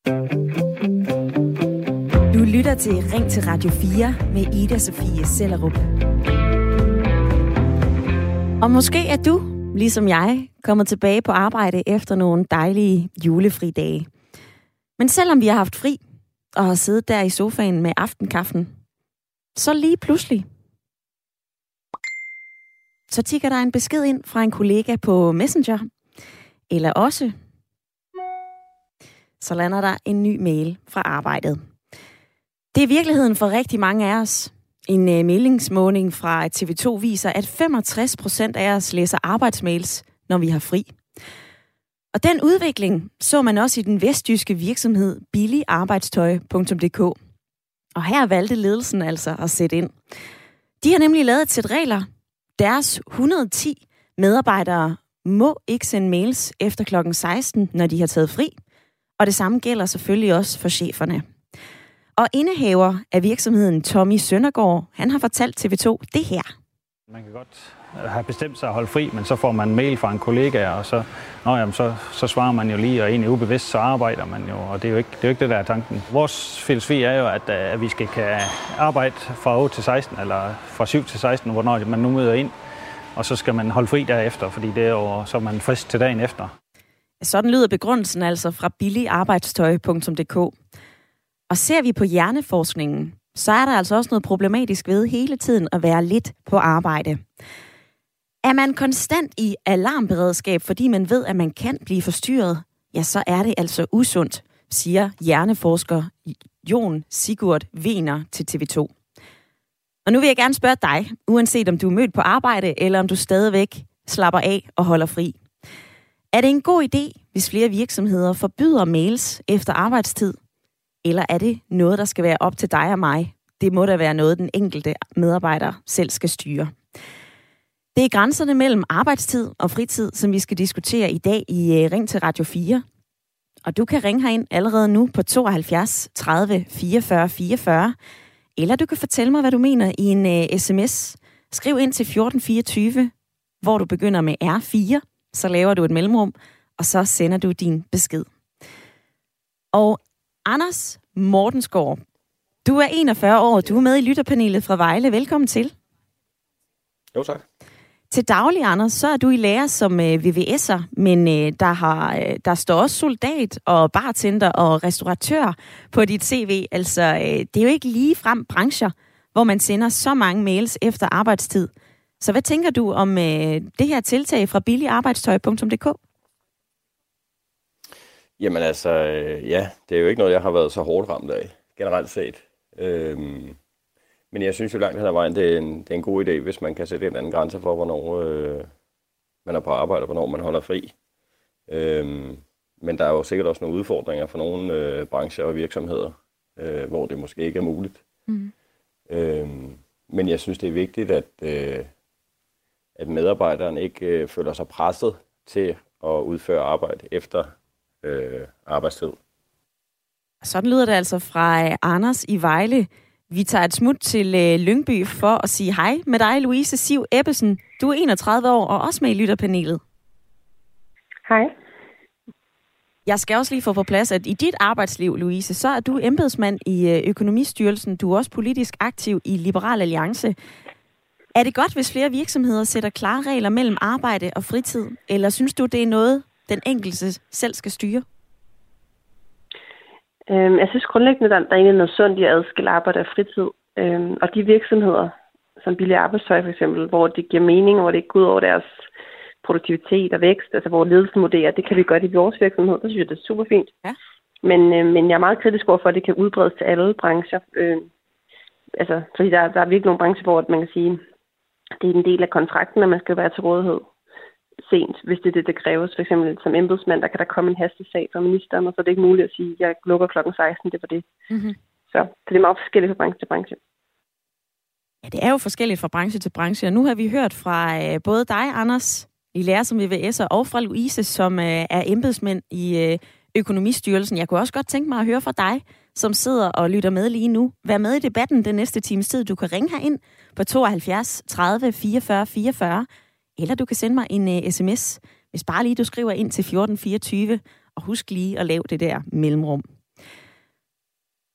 Du lytter til Ring til Radio 4 med Ida Sofie Sellerup. Og måske er du, ligesom jeg, kommet tilbage på arbejde efter nogle dejlige julefridage. Men selvom vi har haft fri og har siddet der i sofaen med aftenkaffen, så lige pludselig, så tikker der en besked ind fra en kollega på Messenger, eller også, så lander der en ny mail fra arbejdet. Det er virkeligheden for rigtig mange af os. En meldingsmåling fra TV2 viser, at 65% af os læser arbejdsmails, når vi har fri. Og den udvikling så man også i den vestjyske virksomhed billigarbejdstøj.dk. Og her valgte ledelsen altså at sætte ind. De har nemlig lavet et sæt regler. Deres 110 medarbejdere må ikke sende mails efter klokken 16, når de har taget fri. Og det samme gælder selvfølgelig også for cheferne. Og indehaver af virksomheden Tommy Søndergaard, han har fortalt TV2 det her. Man kan godt have bestemt sig at holde fri, men så får man en mail fra en kollega, og så svarer man jo lige, og egentlig ubevidst, så arbejder man jo, og det er jo ikke det, der er tanken. Vores filosofi er jo, at vi skal kan arbejde fra 8 til 16, eller fra 7 til 16, hvornår man nu møder ind, og så skal man holde fri derefter, fordi det er jo, så er man frisk til dagen efter. Sådan lyder begrundelsen altså fra billigarbejdstøj.dk. Og ser vi på hjerneforskningen, så er der altså også noget problematisk ved hele tiden at være lidt på arbejde. Er man konstant i alarmberedskab, fordi man ved, at man kan blive forstyrret, ja, så er det altså usundt, siger hjerneforsker Jon Sigurd Wiener til TV2. Og nu vil jeg gerne spørge dig, uanset om du er mødt på arbejde, eller om du stadigvæk slapper af og holder fri. Er det en god idé, hvis flere virksomheder forbyder mails efter arbejdstid? Eller er det noget, der skal være op til dig og mig? Det må da være noget, den enkelte medarbejder selv skal styre. Det er grænserne mellem arbejdstid og fritid, som vi skal diskutere i dag i Ring til Radio 4. Og du kan ringe herind allerede nu på 72 30 44 44. Eller du kan fortælle mig, hvad du mener i en sms. Skriv ind til 1424, hvor du begynder med R4. Så laver du et mellemrum, og så sender du din besked. Og Anders Mortensgaard, du er 41 år, du er med i lytterpanelet fra Vejle. Velkommen til. Jo, tak. Til daglig, Anders, så er du i lære som VVS'er, men der står også soldat og bartender og restauratør på dit CV. Altså, det er jo ikke lige frem brancher, hvor man sender så mange mails efter arbejdstid. Så hvad tænker du om det her tiltag fra billigarbejdstøj.dk? Jamen altså, ja, det er jo ikke noget, jeg har været så hårdt ramt af, generelt set. Men jeg synes jo langt hen ad vejen, det er en god idé, hvis man kan sætte en anden grænse for, hvornår man er på arbejde, og hvornår man holder fri. Men der er jo sikkert også nogle udfordringer for nogle brancher og virksomheder, hvor det måske ikke er muligt. Mm. Men jeg synes, det er vigtigt, at medarbejderen ikke føler sig presset til at udføre arbejde efter arbejdstid. Sådan lyder det altså fra Anders i Vejle. Vi tager et smut til Lyngby for at sige hej med dig, Louise Siv Ebbesen. Du er 31 år og også med i lytterpanelet. Hej. Jeg skal også lige få på plads, at i dit arbejdsliv, Louise, så er du embedsmand i Økonomistyrelsen. Du er også politisk aktiv i Liberal Alliance. Er det godt, hvis flere virksomheder sætter klare regler mellem arbejde og fritid? Eller synes du, det er noget, den enkelte selv skal styre? Jeg synes grundlæggende, der er egentlig noget sundt i at adskille arbejde og fritid. Og de virksomheder, som billig arbejdstøj for eksempel, hvor det giver mening, hvor det ikke går ud over deres produktivitet og vækst, altså hvor ledelsen vurderer, det kan vi gøre i vores virksomhed, så synes jeg, det er super fint. Ja. Men jeg er meget kritisk over for, at det kan udbredes til alle brancher. Fordi der er virkelig nogle brancher, hvor man kan sige, det er en del af kontrakten, at man skal være til rådighed sent, hvis det er det, der kræves. For eksempel som embedsmand, der kan der komme en hastesag fra ministeren, og så er det ikke muligt at sige, at jeg lukker klokken 16, det var det. Mm-hmm. Så det er meget forskelligt fra branche til branche. Ja, det er jo forskelligt fra branche til branche, og nu har vi hørt fra både dig, Anders, i lærer som VVS'er, og fra Louise, som er embedsmænd i Økonomistyrelsen. Jeg kunne også godt tænke mig at høre fra dig, som sidder og lytter med lige nu. Vær med i debatten den næste times tid. Du kan ringe herind på 72 30 44 44, eller du kan sende mig en sms, hvis bare lige du skriver ind til 1424, og husk lige at lave det der mellemrum.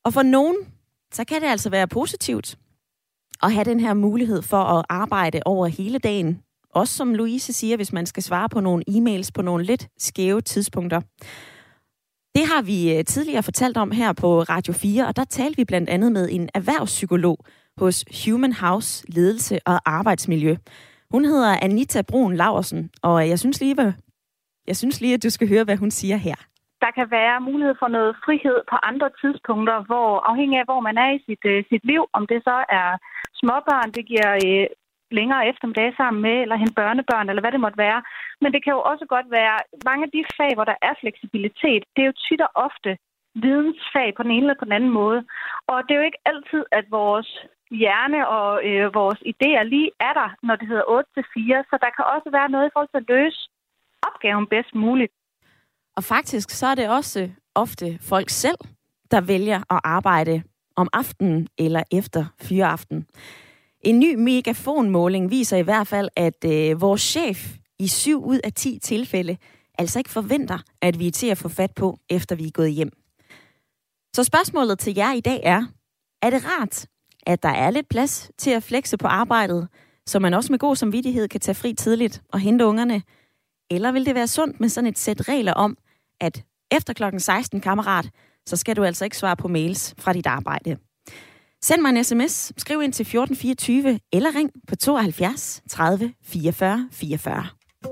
Og for nogen, så kan det altså være positivt at have den her mulighed for at arbejde over hele dagen. Også som Louise siger, hvis man skal svare på nogle e-mails på nogle lidt skæve tidspunkter. Det har vi tidligere fortalt om her på Radio 4, og der talte vi blandt andet med en erhvervspsykolog hos Human House Ledelse og Arbejdsmiljø. Hun hedder Anita Brun Laursen, og jeg synes lige, at du skal høre, hvad hun siger her. Der kan være mulighed for noget frihed på andre tidspunkter, hvor afhængig af, hvor man er i sit liv, om det så er småbørn, det giver længere eftermiddag sammen med, eller hente børnebørn, eller hvad det måtte være. Men det kan jo også godt være mange af de fag, hvor der er fleksibilitet. Det er jo tit og ofte vidensfag på den ene eller på den anden måde. Og det er jo ikke altid, at vores hjerne og vores idéer lige er der, når det hedder 8-4. Så der kan også være noget i forhold til at løse opgaven bedst muligt. Og faktisk så er det også ofte folk selv, der vælger at arbejde om aftenen eller efter fyreaften. En ny megafonmåling viser i hvert fald, at vores chef i 7 ud af 10 tilfælde altså ikke forventer, at vi er til at få fat på, efter vi er gået hjem. Så spørgsmålet til jer i dag er det rart, at der er lidt plads til at flexe på arbejdet, så man også med god samvittighed kan tage fri tidligt og hente ungerne? Eller vil det være sundt med sådan et sæt regler om, at efter klokken 16, kammerat, så skal du altså ikke svare på mails fra dit arbejde? Send mig en sms, skriv ind til 1424, eller ring på 72 30 44 44.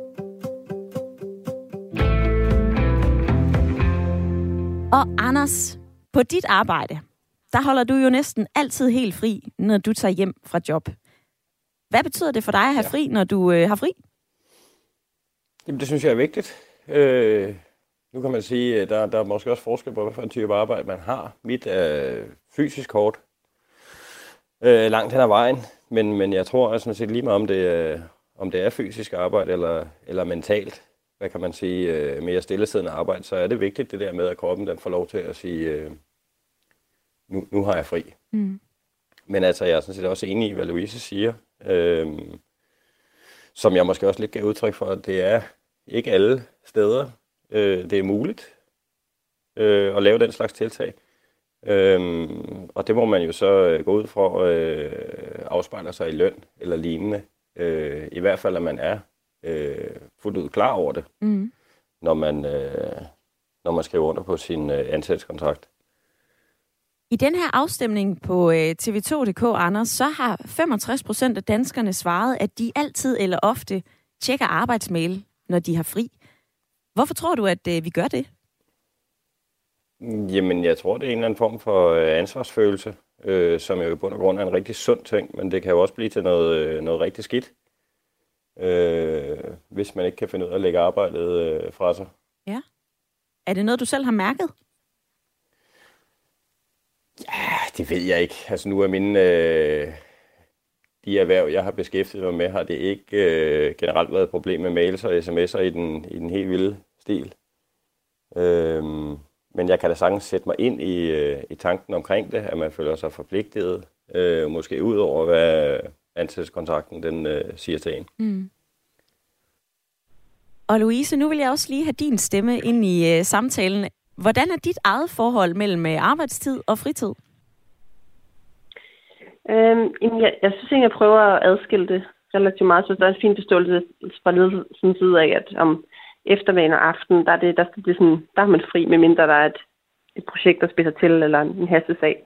Og Anders, på dit arbejde, der holder du jo næsten altid helt fri, når du tager hjem fra job. Hvad betyder det for dig at have fri, når du har fri? Jamen, det synes jeg er vigtigt. Nu kan man sige, at der er måske også forskel på, hvad for en type arbejde man har. Mit er fysisk hårdt, langt hen ad vejen, men jeg tror sådan set lige meget, om det er fysisk arbejde eller mentalt, hvad kan man sige, mere stillesiddende arbejde, så er det vigtigt det der med, at kroppen den får lov til at sige, nu har jeg fri. Mm. Men altså, jeg er sådan set også enig i, hvad Louise siger, som jeg måske også lidt gav udtryk for, at det er ikke alle steder, det er muligt at lave den slags tiltag. Og det må man jo så gå ud fra afspejler sig i løn eller lignende. I hvert fald, at man er fuldt ud klar over det, når man skriver under på sin ansættelseskontrakt. I den her afstemning på TV2.dk, Anders, så har 65% af danskerne svaret, at de altid eller ofte tjekker arbejdsmail, når de har fri. Hvorfor tror du, at vi gør det? Jamen, jeg tror, det er en eller anden form for ansvarsfølelse, som jo i bund og grund er en rigtig sund ting, men det kan jo også blive til noget rigtig skidt, hvis man ikke kan finde ud af at lægge arbejdet fra sig. Ja. Er det noget, du selv har mærket? Ja, det ved jeg ikke. Altså nu er de erhverv, jeg har beskæftiget mig med, har det ikke generelt været et problem med mails og sms'er i den helt vilde stil. Men jeg kan da sagtens sætte mig ind i tanken omkring det, at man føler sig forpligtet, måske ud over, hvad ansættelseskontrakten den siger til en. Mm. Og Louise, nu vil jeg også lige have din stemme ind i samtalen. Hvordan er dit eget forhold mellem arbejdstid og fritid? Jeg synes egentlig, jeg prøver at adskille det relativt meget. Så der er en fin forståelse fra ledelsens side af, at om eftermiddagen og aften, der har man fri, medmindre der er et projekt, der spidser til, eller en hastesag.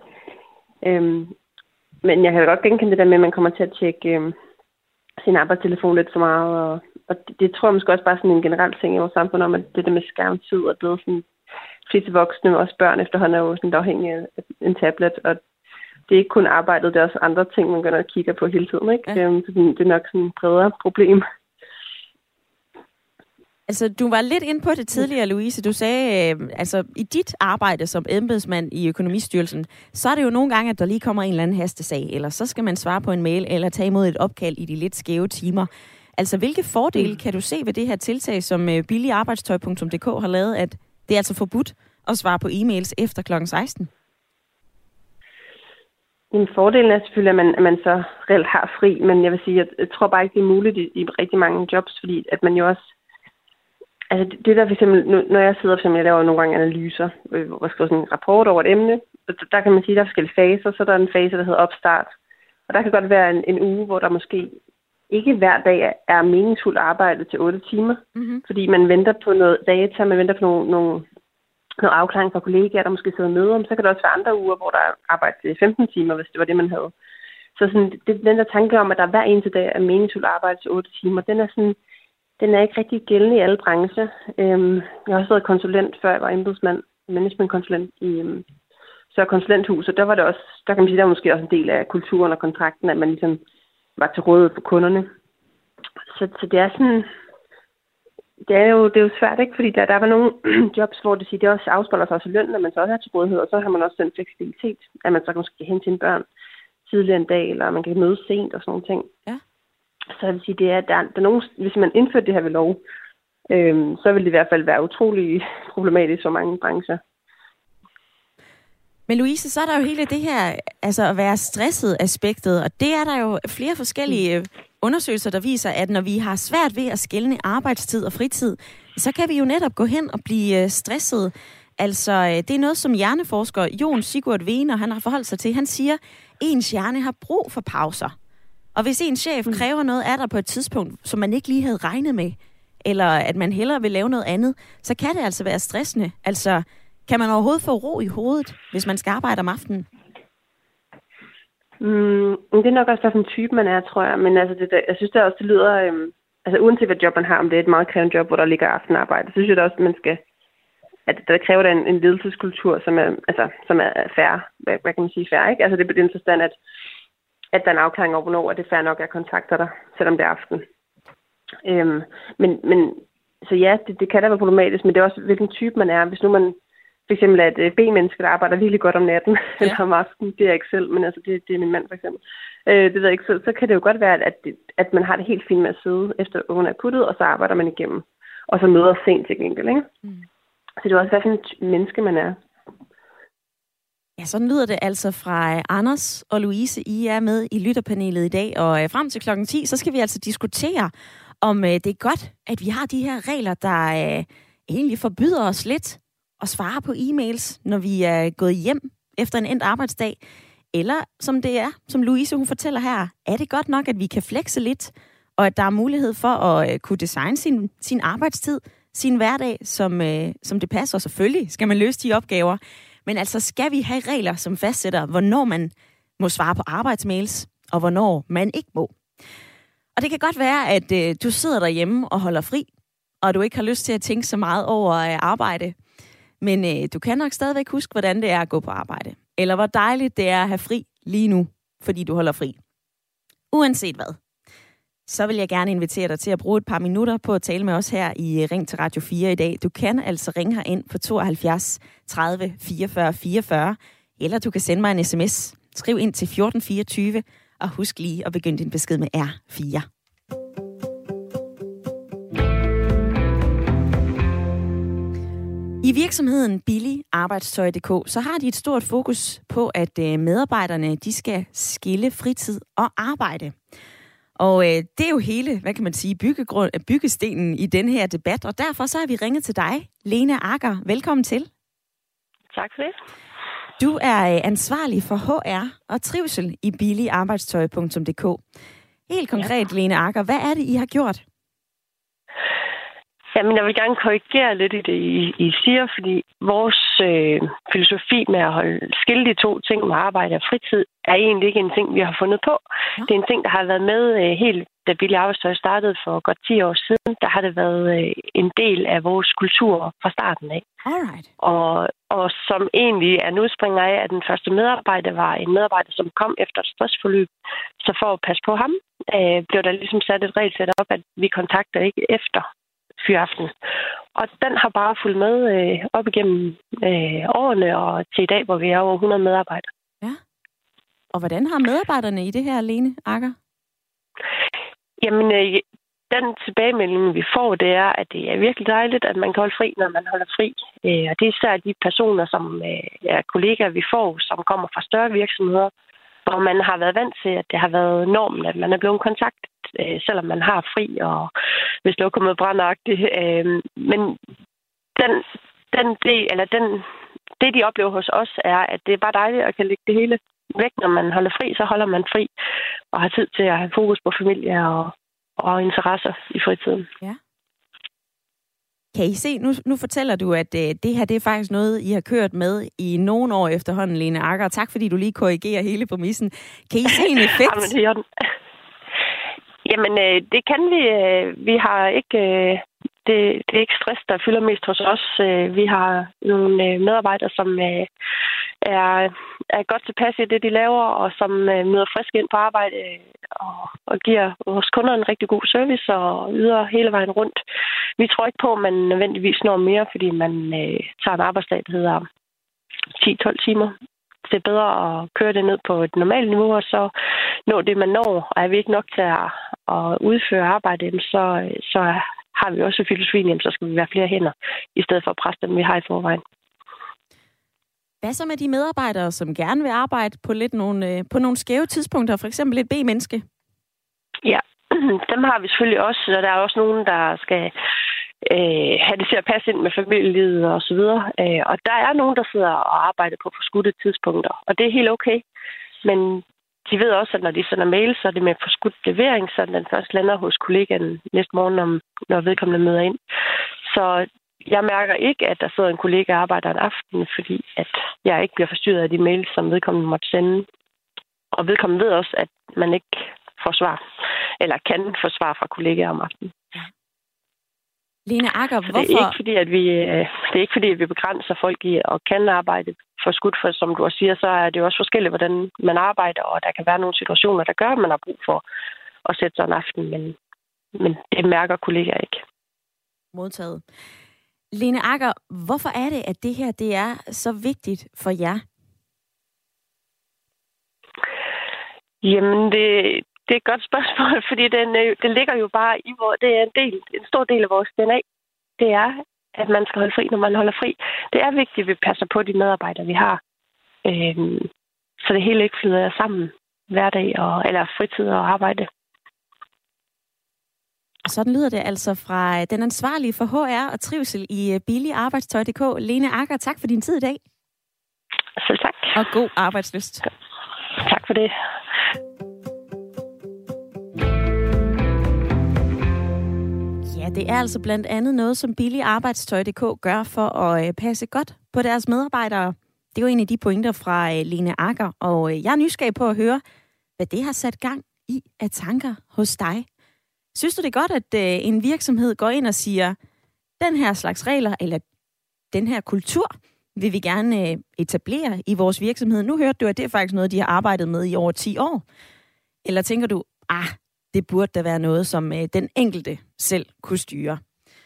Men jeg kan da godt genkende det der med, at man kommer til at tjekke sin arbejdstelefon lidt for meget. Og det tror jeg måske også bare sådan en generel ting i vores samfund om, at det der med skærmtid og det sådan flest voksne, også børn efterhånden er jo sådan afhængige af en tablet, og det er ikke kun arbejdet, det er også andre ting, man går og kigger på hele tiden, ikke? Ja. Så det er nok sådan et bredere problem. Altså, du var lidt inde på det tidligere, Louise. Du sagde, altså, i dit arbejde som embedsmand i Økonomistyrelsen, så er det jo nogle gange, at der lige kommer en eller anden hastesag, eller så skal man svare på en mail, eller tage imod et opkald i de lidt skæve timer. Altså, hvilke fordele kan du se ved det her tiltag, som billigarbejdstøj.dk har lavet, at det er altså forbudt at svare på e-mails efter klokken 16? En fordel er selvfølgelig, at man så reelt har fri, men jeg vil sige, at jeg tror bare ikke, det er muligt i rigtig mange jobs, fordi at man jo også, Altså det der for eksempel, når jeg sidder for eksempel, jeg laver nogle gange analyser, hvor jeg skriver sådan en rapport over et emne, der kan man sige, at der er forskellige faser, så der er en fase, der hedder opstart. Og der kan godt være en uge, hvor der måske ikke hver dag er meningsfuldt arbejde til 8 timer, fordi man venter på noget data, man venter på noget afklaring fra kollegaer, der måske sidder med om. Så kan der også være andre uger, hvor der er arbejde til 15 timer, hvis det var det, man havde. Så sådan, den der tanke om, at der hver eneste dag er meningsfuldt arbejde til 8 timer, den er ikke rigtig gældende i alle brancher. Jeg har også været konsulent, før jeg var embedsmand, managementkonsulent i så konsulenthuset. Der var det også, der kan man sige, der var måske også en del af kulturen og kontrakten, at man ligesom var til rådighed for kunderne. Så det er sådan, det er jo svært, ikke? Fordi der var nogle jobs, hvor det siger, det også afspejler sig også i lønnen, når man så også er til rådighed, og så har man også den fleksibilitet, at man så måske kan hente sine børn tidligere en dag, eller man kan møde sent og sådan nogle ting. Ja. Så jeg vil sige, det er, der er nogen, hvis man indfører det her ved lov, så vil det i hvert fald være utrolig problematisk for mange brancher. Men Louise, så er der jo hele det her, altså at være stresset aspektet, og det er der jo flere forskellige undersøgelser, der viser, at når vi har svært ved at skelne arbejdstid og fritid, så kan vi jo netop gå hen og blive stresset. Altså, det er noget, som hjerneforsker Jon Sigurd Wegener, han har forholdt sig til. Han siger, at ens hjerne har brug for pauser. Og hvis en chef kræver noget af dig på et tidspunkt, som man ikke lige havde regnet med, eller at man hellere vil lave noget andet, så kan det altså være stressende. Altså, kan man overhovedet få ro i hovedet, hvis man skal arbejde om aftenen? Det er nok også, hvilken type man er, tror jeg. Men altså, jeg synes det også, det lyder... altså, uanset hvad job man har, om det er et meget krævende job, hvor der ligger aftenarbejde, så synes jeg da også, at man skal... At der kræver der en ledelseskultur, som er fair. Hvad kan man sige fair, ikke? Altså, det er på den forstand, at der er en afklaring over, hvornår det er fair nok, at kontakter dig, selvom det er aften. Men så ja, det kan da være problematisk, men det er også, hvilken type man er. Hvis nu man for eksempel er et B-menneske, der arbejder virkelig godt om natten, eller om aftenen, det er jeg ikke selv, men altså det er min mand for eksempel. Det ved jeg ikke selv. Så kan det jo godt være, at man har det helt fint med at sidde efter ungen er puttet, og så arbejder man igennem. Og så møder sent til gengæld, ikke? Så det er også, hvad for en menneske man er. Ja, sådan lyder det altså fra Anders og Louise. I er med i lytterpanelet i dag, og frem til klokken 10, så skal vi altså diskutere, om det er godt, at vi har de her regler, der egentlig forbyder os lidt at svare på e-mails, når vi er gået hjem efter en endt arbejdsdag. Eller som det er, som Louise hun fortæller her, er det godt nok, at vi kan flexe lidt, og at der er mulighed for at kunne designe sin arbejdstid, sin hverdag, som det passer. Selvfølgelig skal man løse de opgaver. Men altså, skal vi have regler, som fastsætter, hvornår man må svare på arbejdsmails, og hvornår man ikke må? Og det kan godt være, at du sidder derhjemme og holder fri, og du ikke har lyst til at tænke så meget over arbejde. Men du kan nok stadigvæk huske, hvordan det er at gå på arbejde. Eller hvor dejligt det er at have fri lige nu, fordi du holder fri. Uanset hvad, så vil jeg gerne invitere dig til at bruge et par minutter på at tale med os her i Ring til Radio 4 i dag. Du kan altså ringe herind på 72 30 44 44, eller du kan sende mig en sms. Skriv ind til 1424, og husk lige at begynde din besked med R4. I virksomheden Billig Arbejdstøj.dk, så har de et stort fokus på, at medarbejderne de skal skille fritid og arbejde. Og det er jo hele, hvad kan man sige, byggestenen i den her debat, og derfor så har vi ringet til dig, Lene Agger. Velkommen til. Tak for det. Du er ansvarlig for HR og trivsel i billigarbejdstøj.dk. Helt konkret, ja. Lene Agger, hvad er det, I har gjort? Jamen, jeg vil gerne korrigere lidt i det, I siger, fordi vores filosofi med at skille de to ting med arbejde og fritid, er egentlig ikke en ting, vi har fundet på. Ja. Det er en ting, der har været med helt, da Billig Arbejdstøj startede for godt 10 år siden. Der har det været en del af vores kultur fra starten af. Alright. Og som egentlig er en udspringer af, at den første medarbejder var en medarbejder, som kom efter et stressforløb. Så for at passe på ham, blev der ligesom sat et regelsæt op, at vi kontakter ikke efter fyraften. Og den har bare fulgt med op igennem årene og til i dag, hvor vi er over 100 medarbejdere. Ja. Og hvordan har medarbejderne i det her, Lene Agger? Jamen, den tilbagemelding, vi får, det er, at det er virkelig dejligt, at man kan holde fri, når man holder fri. Og det er især de personer, som er kollegaer, vi får, som kommer fra større virksomheder, hvor man har været vant til, at det har været normen, at man er blevet kontaktet, selvom man har fri, og hvis lokummet brændagtigt. Men det, de oplever hos os, er, at det er bare dejligt at kan lægge det hele væk. Når man holder fri, så holder man fri og har tid til at have fokus på familie og interesser i fritiden. Ja. Kan I se, nu fortæller du, at det her det er faktisk noget, I har kørt med i nogle år efterhånden, Lene Agger. Tak fordi du lige korrigerer hele præmissen. Kan I se en effekt? Jamen, det kan vi. Vi har ikke... Det er ikke stress, der fylder mest hos os. Vi har nogle medarbejdere, som er godt tilpas i det, de laver, og som møder frisk ind på arbejde og giver vores kunder en rigtig god service og yder hele vejen rundt. Vi tror ikke på, at man nødvendigvis når mere, fordi man tager en arbejdsdag, der hedder 10-12 timer. Det er bedre at køre det ned på et normalt niveau, og så nå det, man når. Og er vi ikke nok til at udføre arbejde, så har vi også filosofien, så skal vi være flere hænder, i stedet for at presse dem, vi har i forvejen. Hvad så med de medarbejdere, som gerne vil arbejde på nogle skæve tidspunkter, for eksempel et B-menneske? Ja, dem har vi selvfølgelig også, og der er også nogen, der skal have det til at passe ind med familielivet og så videre. Og der er nogen, der sidder og arbejder på forskudte tidspunkter, og det er helt okay. Men de ved også, at når de sender mail, så er det med forskudt levering, så den først lander hos kollegaen næste morgen, når vedkommende møder ind. Så jeg mærker ikke, at der sidder en kollega og arbejder en aften, fordi at jeg ikke bliver forstyrret af de mails, som vedkommende måtte sende. Og vedkommende ved også, at man ikke får svar, eller kan få svar fra kollegaer om aftenen. Lene Agger, hvorfor? Det er ikke fordi, at vi begrænser folk i at kan arbejde for skudt, for som du også siger, så er det jo også forskelligt, hvordan man arbejder, og der kan være nogle situationer, der gør, at man har brug for at sætte sig en aften, men det mærker kollegaer ikke. Modtaget. Lene Agger, hvorfor er det, at det her det er så vigtigt for jer? Jamen, det er et godt spørgsmål, fordi det ligger jo bare i, hvor det er en stor del af vores DNA. Det er, at man skal holde fri, når man holder fri. Det er vigtigt, at vi passer på de medarbejdere, vi har. Så det hele ikke flyder sammen hverdag, eller fritid og arbejde. Sådan lyder det altså fra den ansvarlige for HR og trivsel i billigarbejdstøj.dk. Lene Agger, tak for din tid i dag. Selv tak. Og god arbejdslyst. Tak for det. Ja, det er altså blandt andet noget, som billigarbejdstøj.dk gør for at passe godt på deres medarbejdere. Det er jo en af de pointer fra Lene Agger, og jeg er nysgerrig på at høre, hvad det har sat gang i af tanker hos dig. Synes du det er godt, at en virksomhed går ind og siger, den her slags regler, eller den her kultur, vil vi gerne etablere i vores virksomhed? Nu hørte du, at det er faktisk noget, de har arbejdet med i over 10 år. Eller tænker du, det burde da være noget, som den enkelte selv kunne styre?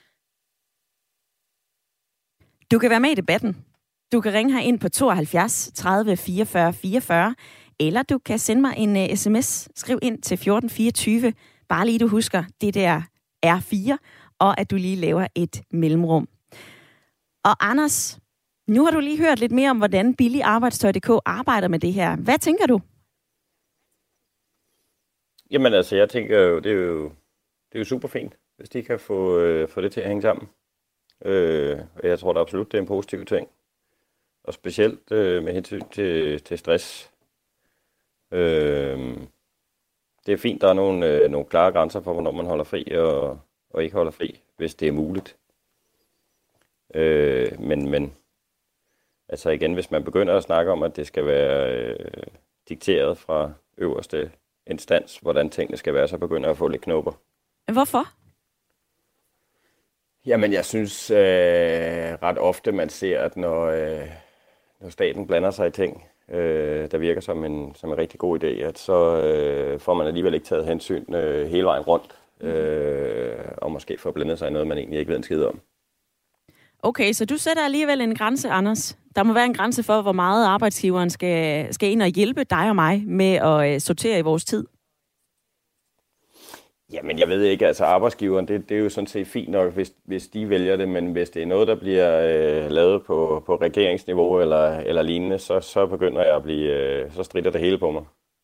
Du kan være med i debatten. Du kan ringe her ind på 72 30 44 44, eller du kan sende mig en sms. Skriv ind til 1424. Bare lige du husker, det der R4, og at du lige laver et mellemrum. Og Anders, nu har du lige hørt lidt mere om, hvordan billigarbejdstøj.dk arbejder med det her. Hvad tænker du? Jamen altså, jeg tænker jo, det er jo super fint, hvis de kan få det til at hænge sammen. Og jeg tror da absolut, det er en positiv ting. Og specielt med hensyn til stress. Det er fint, der er nogle klare grænser for, hvornår man holder fri og ikke holder fri, hvis det er muligt. Men altså igen, hvis man begynder at snakke om, at det skal være dikteret fra øverste instans, hvordan tingene skal være, så begynder jeg at få lidt knopper. Hvorfor? Jamen, jeg synes ret ofte, man ser, at når staten blander sig i ting, der virker som en rigtig god idé, at så får man alligevel ikke taget hensyn hele vejen rundt, og måske får blandet sig i noget, man egentlig ikke ved en skid om. Okay, så du sætter alligevel en grænse, Anders. Der må være en grænse for, hvor meget arbejdsgiveren skal ind og hjælpe dig og mig med at sortere i vores tid. Jamen, jeg ved ikke, altså arbejdsgiveren, det er jo sådan set fint nok, hvis de vælger det, men hvis det er noget, der bliver lavet på regeringsniveau eller lignende, så begynder jeg at blive, så stritter det hele på mig.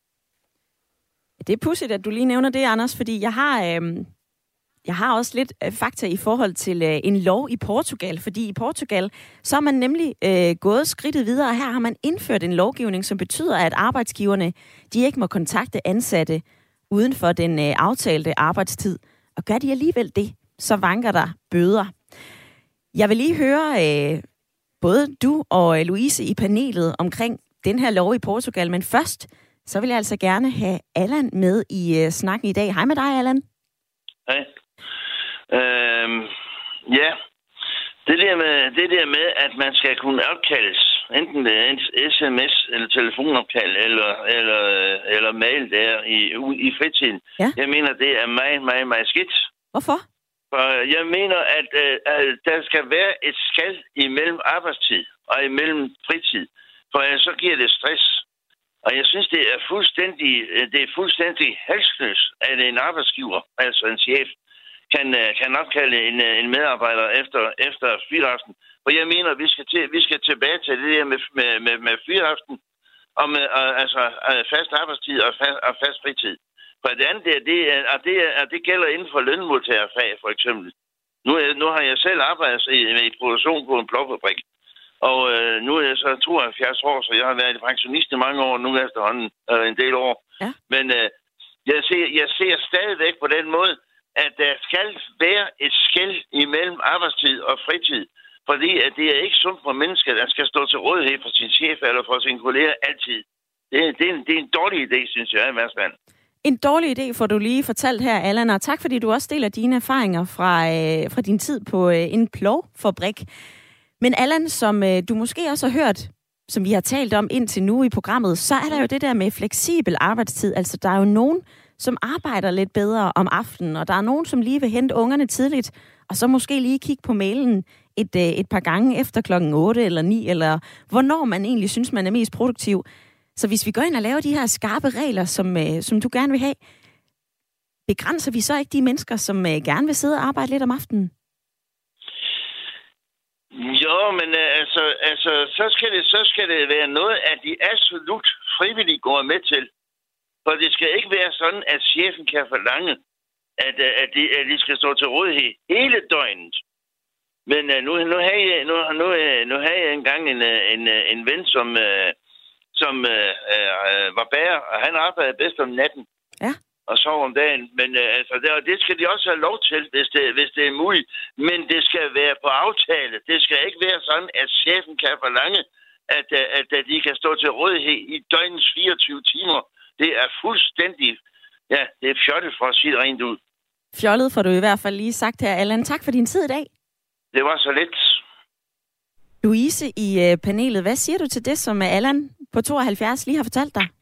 Det er pudsigt, at du lige nævner det, Anders, fordi jeg har også lidt fakta i forhold til en lov i Portugal, fordi i Portugal, så har man nemlig gået skridtet videre, og her har man indført en lovgivning, som betyder, at arbejdsgiverne, de ikke må kontakte ansatte uden for den aftalte arbejdstid. Og gør de alligevel det, så vanker der bøder. Jeg vil lige høre både du og Louise i panelet omkring den her lov i Portugal, men først, så vil jeg altså gerne have Allan med i snakken i dag. Hej med dig, Allan. Hej. Ja, det der med, at man skal kunne opkaldes, enten det er en sms eller telefonopkald eller mail der i fritiden. Ja. Jeg mener, det er meget skidt. Hvorfor? For jeg mener, at der skal være et skal imellem arbejdstid og imellem fritid, for så giver det stress. Og jeg synes, det er fuldstændig halsløst, at en arbejdsgiver, altså en chef, kan opkalde en medarbejder efter fyraften. For jeg mener, vi skal tilbage til det der med fyraften, og med fast arbejdstid og fast fritid. For det andet, det gælder inden for lønmodtagerfag, for eksempel. Nu har jeg selv arbejdet i produktion på en plåfabrik. Og nu er jeg så 72 år, så jeg har været pensionist i mange år, nu efterhånden en del år. Ja. Men jeg ser stadigvæk på den måde, at der skal være et skel imellem arbejdstid og fritid. Fordi at det er ikke sundt for mennesker, der skal stå til rådighed for sin chef eller for sine kolleger altid. Det er en dårlig idé, synes jeg, i hvert fald. En dårlig idé får du lige fortalt her, Allan, og tak fordi du også deler dine erfaringer fra din tid på en plovfabrik. Men Allan, som du måske også har hørt, som vi har talt om indtil nu i programmet, så er der jo det der med fleksibel arbejdstid. Altså, der er jo nogen, som arbejder lidt bedre om aftenen, og der er nogen, som lige vil hente ungerne tidligt, og så måske lige kigge på mailen et par gange efter klokken 8 eller 9, eller hvornår man egentlig synes, man er mest produktiv. Så hvis vi går ind og laver de her skarpe regler, som du gerne vil have, begrænser vi så ikke de mennesker, som gerne vil sidde og arbejde lidt om aftenen? Jo, men så skal det være noget, at de absolut frivilligt går med til. For det skal ikke være sådan, at chefen kan forlange, at de skal stå til rådighed hele døgnet. Men nu havde jeg engang en ven, som var bager, og han arbejdede bedst om natten. Ja. Og sov om dagen. Men det skal de også have lov til, hvis det er muligt. Men det skal være på aftale. Det skal ikke være sådan, at chefen kan forlange, at de kan stå til rådighed i døgnets 24 timer. Det er fuldstændig, ja, det er fjollet for at sige det rent ud. Fjollet får du i hvert fald lige sagt her, Allan. Tak for din tid i dag. Det var så lidt. Louise i panelet, hvad siger du til det, som Allan på 72 lige har fortalt dig?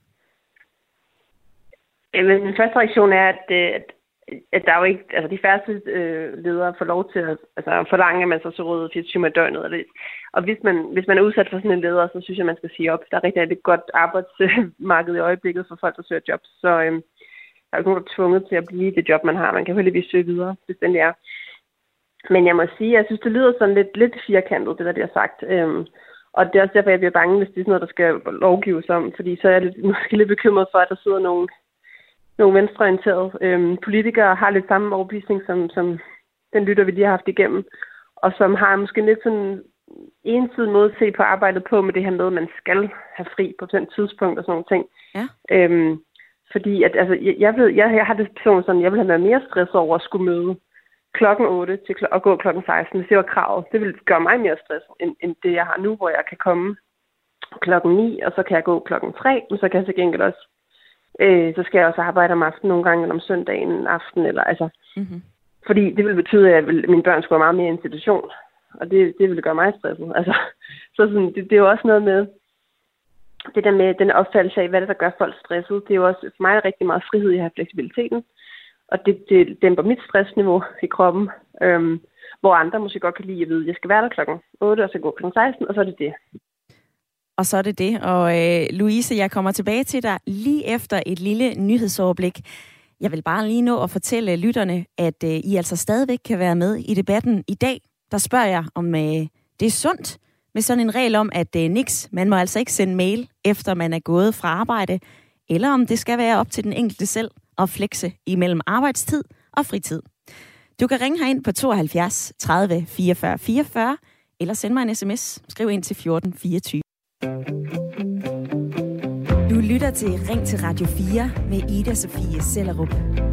Men min første reaktion er, at der er jo ikke, altså de færreste ledere får lov til at forlange, at man så råder 24 timer i døgnet. Og hvis man er udsat for sådan en leder, så synes jeg, man skal sige op. Der er rigtig godt arbejdsmarked i øjeblikket for folk, der søger jobs. Så der er jo ikke nogen, der er tvunget til at blive det job, man har. Man kan heldigvis søge videre, hvis den er. Men jeg må sige, at jeg synes, det lyder sådan lidt firkantet, det der bliver sagt. Og det er også derfor, jeg bliver bange, hvis det er sådan noget, der skal lovgives om. Fordi så er jeg måske lidt bekymret for, at der sidder nogle venstreorienterede politikere, har lidt samme overbevisning, som den lytter, vi lige har haft igennem. Og som har måske lidt sådan ensidig måde at se på arbejdet på med det her med, at man skal have fri på den tidspunkt og sådan nogle ting. Ja. Fordi at, altså, jeg har det person sådan, jeg vil have været mere stresset over at skulle møde klokken 8 til at gå klokken 16, hvis det var kravet. Det vil gøre mig mere stresset, end det jeg har nu, hvor jeg kan komme klokken 9, og så kan jeg gå klokken 3, men så kan jeg til gengæld også så skal jeg også arbejde om aftenen nogle gange, eller om søndagen aften, eller altså. Mm-hmm. Fordi det vil betyde, at mine børn skulle have meget mere institution, og det ville gøre mig stresset. Altså, så sådan, det er jo også noget med, det der med den opfattelse af, hvad det der gør folk stresset. Det er jo også for mig rigtig meget frihed i at have fleksibiliteten, og det dæmper mit stressniveau i kroppen, hvor andre måske godt kan lide at vide, at jeg skal være der klokken 8, og så gå klokken 16, og så er det det. Og så er det det. Og Louise, jeg kommer tilbage til dig lige efter et lille nyhedsoverblik. Jeg vil bare lige nå at fortælle lytterne, at I altså stadigvæk kan være med i debatten i dag. Der spørger jeg, om det er sundt med sådan en regel om, at niks, man må altså ikke sende mail, efter man er gået fra arbejde, eller om det skal være op til den enkelte selv at flekse imellem arbejdstid og fritid. Du kan ringe herind på 72 30 44 44, eller send mig en sms. Skriv ind til 1424. Du lytter til Ring til Radio 4 med Ida Sofie Sellerup.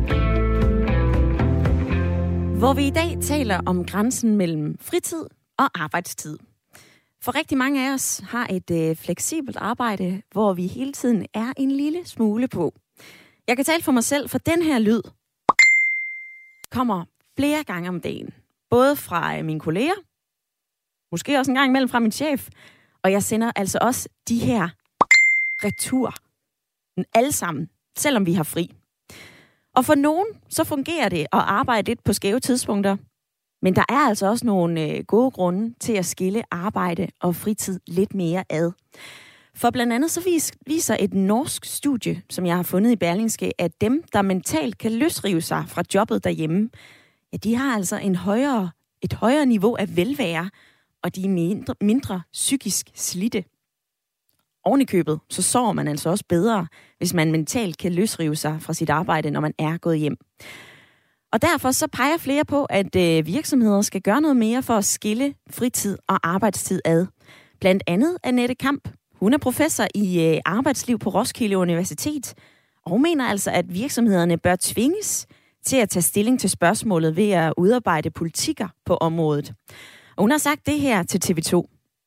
Hvor vi i dag taler om grænsen mellem fritid og arbejdstid. For rigtig mange af os har et fleksibelt arbejde, hvor vi hele tiden er en lille smule på. Jeg kan tale for mig selv, for den her lyd kommer flere gange om dagen. Både fra mine kolleger, måske også en gang imellem fra min chef, og jeg sender altså også de her retur. Alle sammen, selvom vi har fri. Og for nogen, så fungerer det at arbejde lidt på skæve tidspunkter. Men der er altså også nogle gode grunde til at skille arbejde og fritid lidt mere ad. For blandt andet så viser et norsk studie, som jeg har fundet i Berlingske, at dem, der mentalt kan løsrive sig fra jobbet derhjemme, ja, de har altså et højere niveau af velvære, og de er mindre psykisk slidte. Oven i købet, så sover man altså også bedre, hvis man mentalt kan løsrive sig fra sit arbejde, når man er gået hjem. Og derfor så peger flere på, at virksomheder skal gøre noget mere for at skille fritid og arbejdstid ad. Blandt andet Annette Kamp. Hun er professor i arbejdsliv på Roskilde Universitet, og hun mener altså, at virksomhederne bør tvinges til at tage stilling til spørgsmålet ved at udarbejde politikker på området. Og hun har sagt det her til TV2.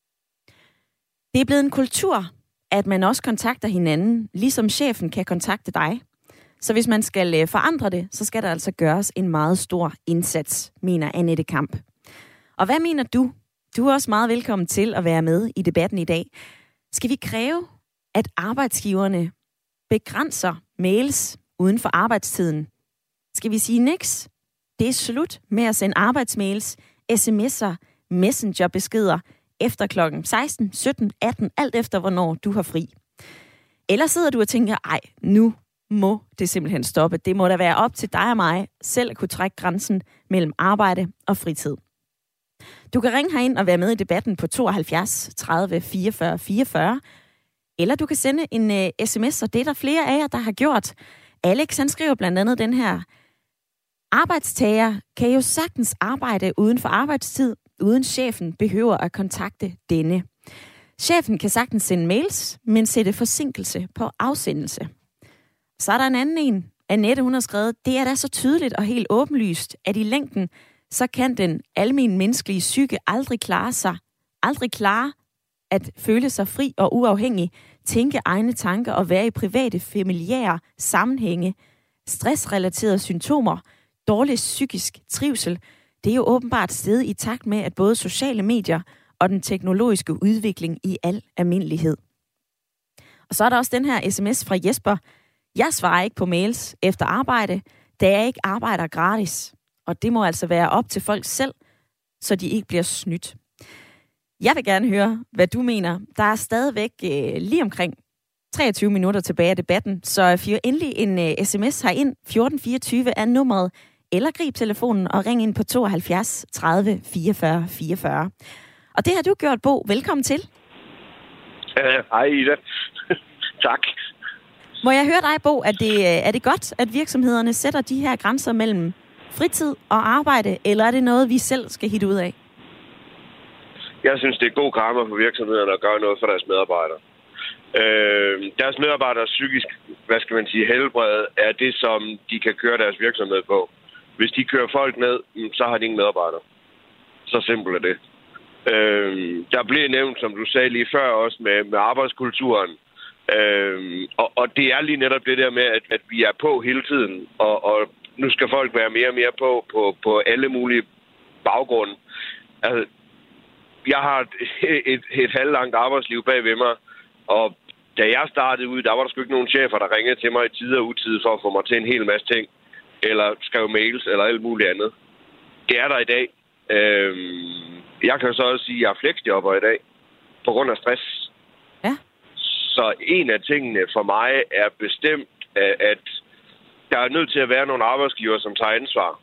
Det er blevet en kultur, at man også kontakter hinanden, ligesom chefen kan kontakte dig. Så hvis man skal forandre det, så skal der altså gøres en meget stor indsats, mener Annette Kamp. Og hvad mener du? Du er også meget velkommen til at være med i debatten i dag. Skal vi kræve, at arbejdsgiverne begrænser mails uden for arbejdstiden? Skal vi sige niks? Det er slut med at sende arbejdsmails, sms'er, messengerbeskeder efter klokken 16, 17, 18, alt efter hvornår du har fri. Eller sidder du og tænker, ej, nu må det simpelthen stoppe. Det må da være op til dig og mig selv at kunne trække grænsen mellem arbejde og fritid. Du kan ringe herind og være med i debatten på 72 30 44 44, eller du kan sende en sms, og det er der flere af jer, der har gjort. Alex, han skriver blandt andet den her: arbejdstager kan jo sagtens arbejde uden for arbejdstid, uden chefen behøver at kontakte denne. Chefen kan sagtens sende mails, men sætte forsinkelse på afsendelse. Så er der en anden en. Annette, hun har skrevet, det er da så tydeligt og helt åbenlyst, at i længden, så kan den almen menneskelige psyke aldrig klare at føle sig fri og uafhængig, tænke egne tanker og være i private, familiære sammenhænge. Stressrelaterede symptomer, dårlig psykisk trivsel, det er jo åbenbart steget i takt med, at både sociale medier og den teknologiske udvikling i al almindelighed. Og så er der også den her sms fra Jesper. Jeg svarer ikke på mails efter arbejde, da jeg ikke arbejder gratis. Og det må altså være op til folk selv, så de ikke bliver snydt. Jeg vil gerne høre, hvad du mener. Der er stadigvæk lige omkring 23 minutter tilbage af debatten, så fyr endelig en sms herind. 1424 er nummeret, eller grib telefonen og ring ind på 72 30 44 44. Og det har du gjort, Bo. Velkommen til. Hej, Ida. Tak. Må jeg høre dig, Bo, er det godt, at virksomhederne sætter de her grænser mellem fritid og arbejde, eller er det noget, vi selv skal hitte ud af? Jeg synes, det er god karma for virksomhederne at gøre noget for deres medarbejdere. Deres medarbejders psykisk, helbred er det, som de kan køre deres virksomhed på. Hvis de kører folk ned, så har de ingen medarbejdere. Så simpelt er det. Der blev nævnt, som du sagde lige før, også med arbejdskulturen. Og det er lige netop det der med, at vi er på hele tiden, og nu skal folk være mere og mere på alle mulige baggrunde. Altså, jeg har et halvlangt arbejdsliv bag ved mig, og da jeg startede ud, der var der sgu ikke nogen chefer, der ringede til mig i tid og utid for at få mig til en hel masse ting, eller skrev mails, eller alt muligt andet. Det er der i dag. Jeg kan så også sige, at jeg er flexjobber i dag, på grund af stress. Ja. Så en af tingene for mig er bestemt, at der er nødt til at være nogle arbejdsgiver, som tager ansvar.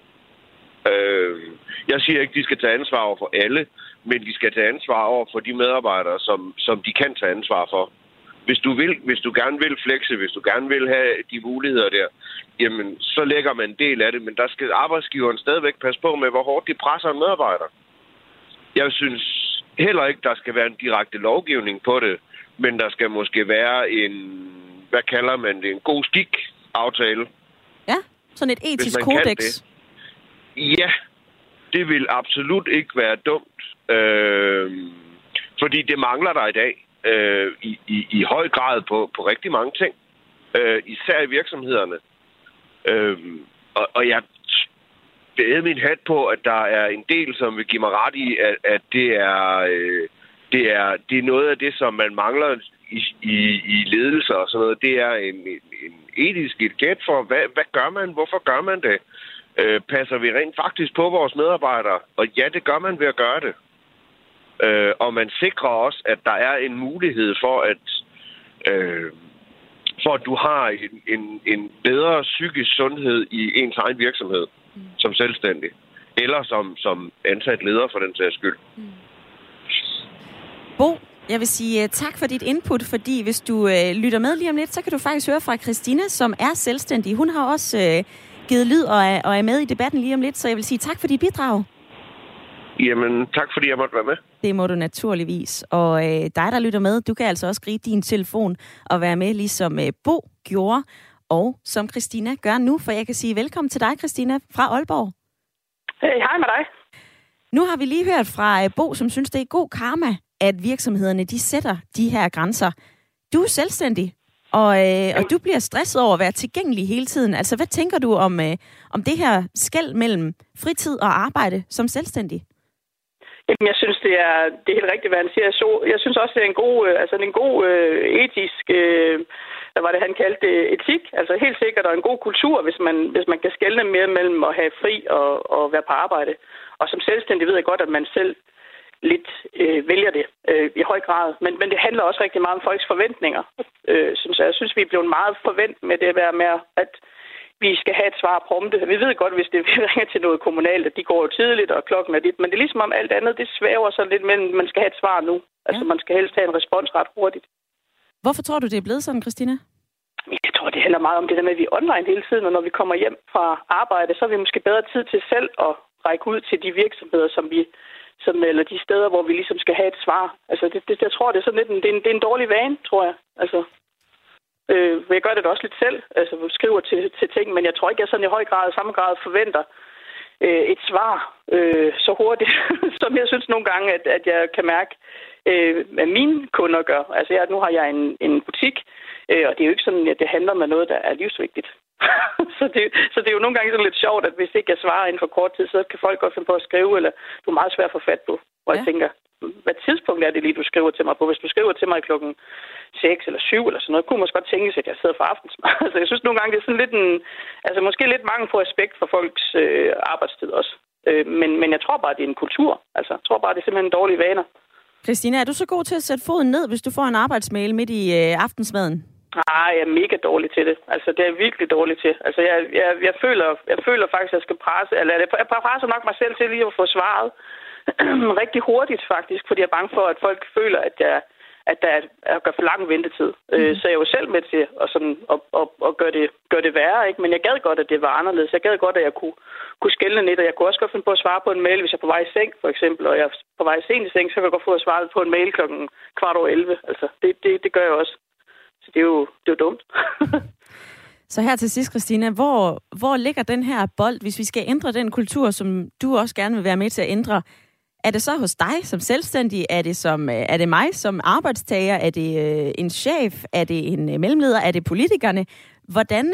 Jeg siger ikke, at de skal tage ansvar over for alle, men de skal tage ansvar over for de medarbejdere, som de kan tage ansvar for. hvis du gerne vil flexe, hvis du gerne vil have de muligheder der, jamen, så lægger man en del af det, men der skal arbejdsgiveren stadigvæk passe på med, hvor hårdt de presser en medarbejder. Jeg synes heller ikke, der skal være en direkte lovgivning på det, men der skal måske være hvad kalder man det, en god skik-aftale. Ja, sådan et etisk kodeks. Ja, det vil absolut ikke være dumt, fordi det mangler der i dag i høj grad på rigtig mange ting, især i virksomhederne. Og jeg beder min hat på, at der er en del, som vil give mig ret i, at det er noget af det, som man mangler i ledelser og sådan noget. Det er en etisk etikette for, hvad gør man? Hvorfor gør man det? Passer vi rent faktisk på vores medarbejdere? Og ja, det gør man ved at gøre det. Og man sikrer også, at der er en mulighed for, at du har en bedre psykisk sundhed i ens egen virksomhed som selvstændig. Eller som ansat leder for den sags skyld. Bo, jeg vil sige tak for dit input, fordi hvis du lytter med lige om lidt, så kan du faktisk høre fra Christina, som er selvstændig. Hun har også givet lyd og er med i debatten lige om lidt, så jeg vil sige tak for dit bidrag. Jamen, tak fordi jeg måtte være med. Det må du naturligvis. Og dig, der lytter med, du kan altså også gribe din telefon og være med, ligesom Bo gjorde, og som Christina gør nu, for jeg kan sige velkommen til dig, Christina, fra Aalborg. Hey, hej med dig. Nu har vi lige hørt fra Bo, som synes, det er god karma, at virksomhederne, de sætter de her grænser. Du er selvstændig, og du bliver stresset over at være tilgængelig hele tiden. Altså, hvad tænker du om det her skel mellem fritid og arbejde som selvstændig? Jamen, jeg synes, det er helt rigtigt, hvad han siger. Jeg synes også, det er en god etisk, hvad var det, han kaldte det, etik. Altså helt sikkert, og en god kultur, hvis man kan skelne mere mellem at have fri og være på arbejde. Og som selvstændig ved jeg godt, at man selv lidt vælger det i høj grad. Men det handler også rigtig meget om folks forventninger. Jeg synes, vi er blevet meget forventet med det der med, at vi skal have et svar prompte. Vi ved godt, hvis det ringer til noget kommunalt, at de går jo tidligt, og klokken er dit. Men det er ligesom om alt andet, det svæver så lidt mellem, man skal have et svar nu. Altså, man skal helst have en respons ret hurtigt. Hvorfor tror du, det er blevet sådan, Christina? Jeg tror, det handler meget om det der med, at vi er online hele tiden, og når vi kommer hjem fra arbejde, så har vi måske bedre tid til selv at række ud til de virksomheder, eller de steder, hvor vi ligesom skal have et svar. Altså, jeg tror, det er sådan lidt det er en dårlig vane, tror jeg. Altså, jeg gør det også lidt selv, altså skriver til ting, men jeg tror ikke, jeg sådan i høj grad, samme grad forventer et svar så hurtigt, som jeg synes nogle gange, at jeg kan mærke, at mine kunder gør. Altså nu har jeg en butik, og det er jo ikke sådan, at det handler med noget, der er livsvigtigt. så det er jo nogle gange sådan lidt sjovt, at hvis ikke jeg svarer inden for kort tid, så kan folk godt finde på at skrive, eller du er meget svær at få fat på, hvor jeg tænker, hvad tidspunkt er det lige, du skriver til mig på? Hvis du skriver til mig klokken 6 eller 7 eller sådan noget, kunne man også godt tænke sig, at jeg sidder for aftensmad. Altså, jeg synes nogle gange, det er sådan lidt måske lidt mangel på respekt for folks arbejdstid også. Men jeg tror bare, det er en kultur. Altså, jeg tror bare, det er simpelthen dårlige vaner. Christina, er du så god til at sætte foden ned, hvis du får en arbejdsmail midt i aftensmaden? Nej, jeg er mega dårlig til det. Altså, det er jeg virkelig dårlig til. Altså, jeg føler faktisk, at jeg skal presse, eller jeg presser nok mig selv til lige at få svaret rigtig hurtigt, faktisk, fordi jeg er bange for, at folk føler, at der er for lang ventetid. Så jeg er jo selv med til at gøre det værre, ikke? Men jeg gad godt, at det var anderledes. Jeg gad godt, at jeg kunne skelne lidt, og jeg kunne også godt finde på at svare på en mail, hvis jeg er på vej i seng, for eksempel, og jeg er på vej sent i seng, så kan jeg godt få at svare på en mail 11:15. Altså, det gør jeg også. Så det er jo dumt. Så her til sidst, Christina, hvor ligger den her bold, hvis vi skal ændre den kultur, som du også gerne vil være med til at ændre? Er det så hos dig som selvstændig? Er det mig som arbejdstager? Er det en chef? Er det en mellemleder? Er det politikerne? Hvordan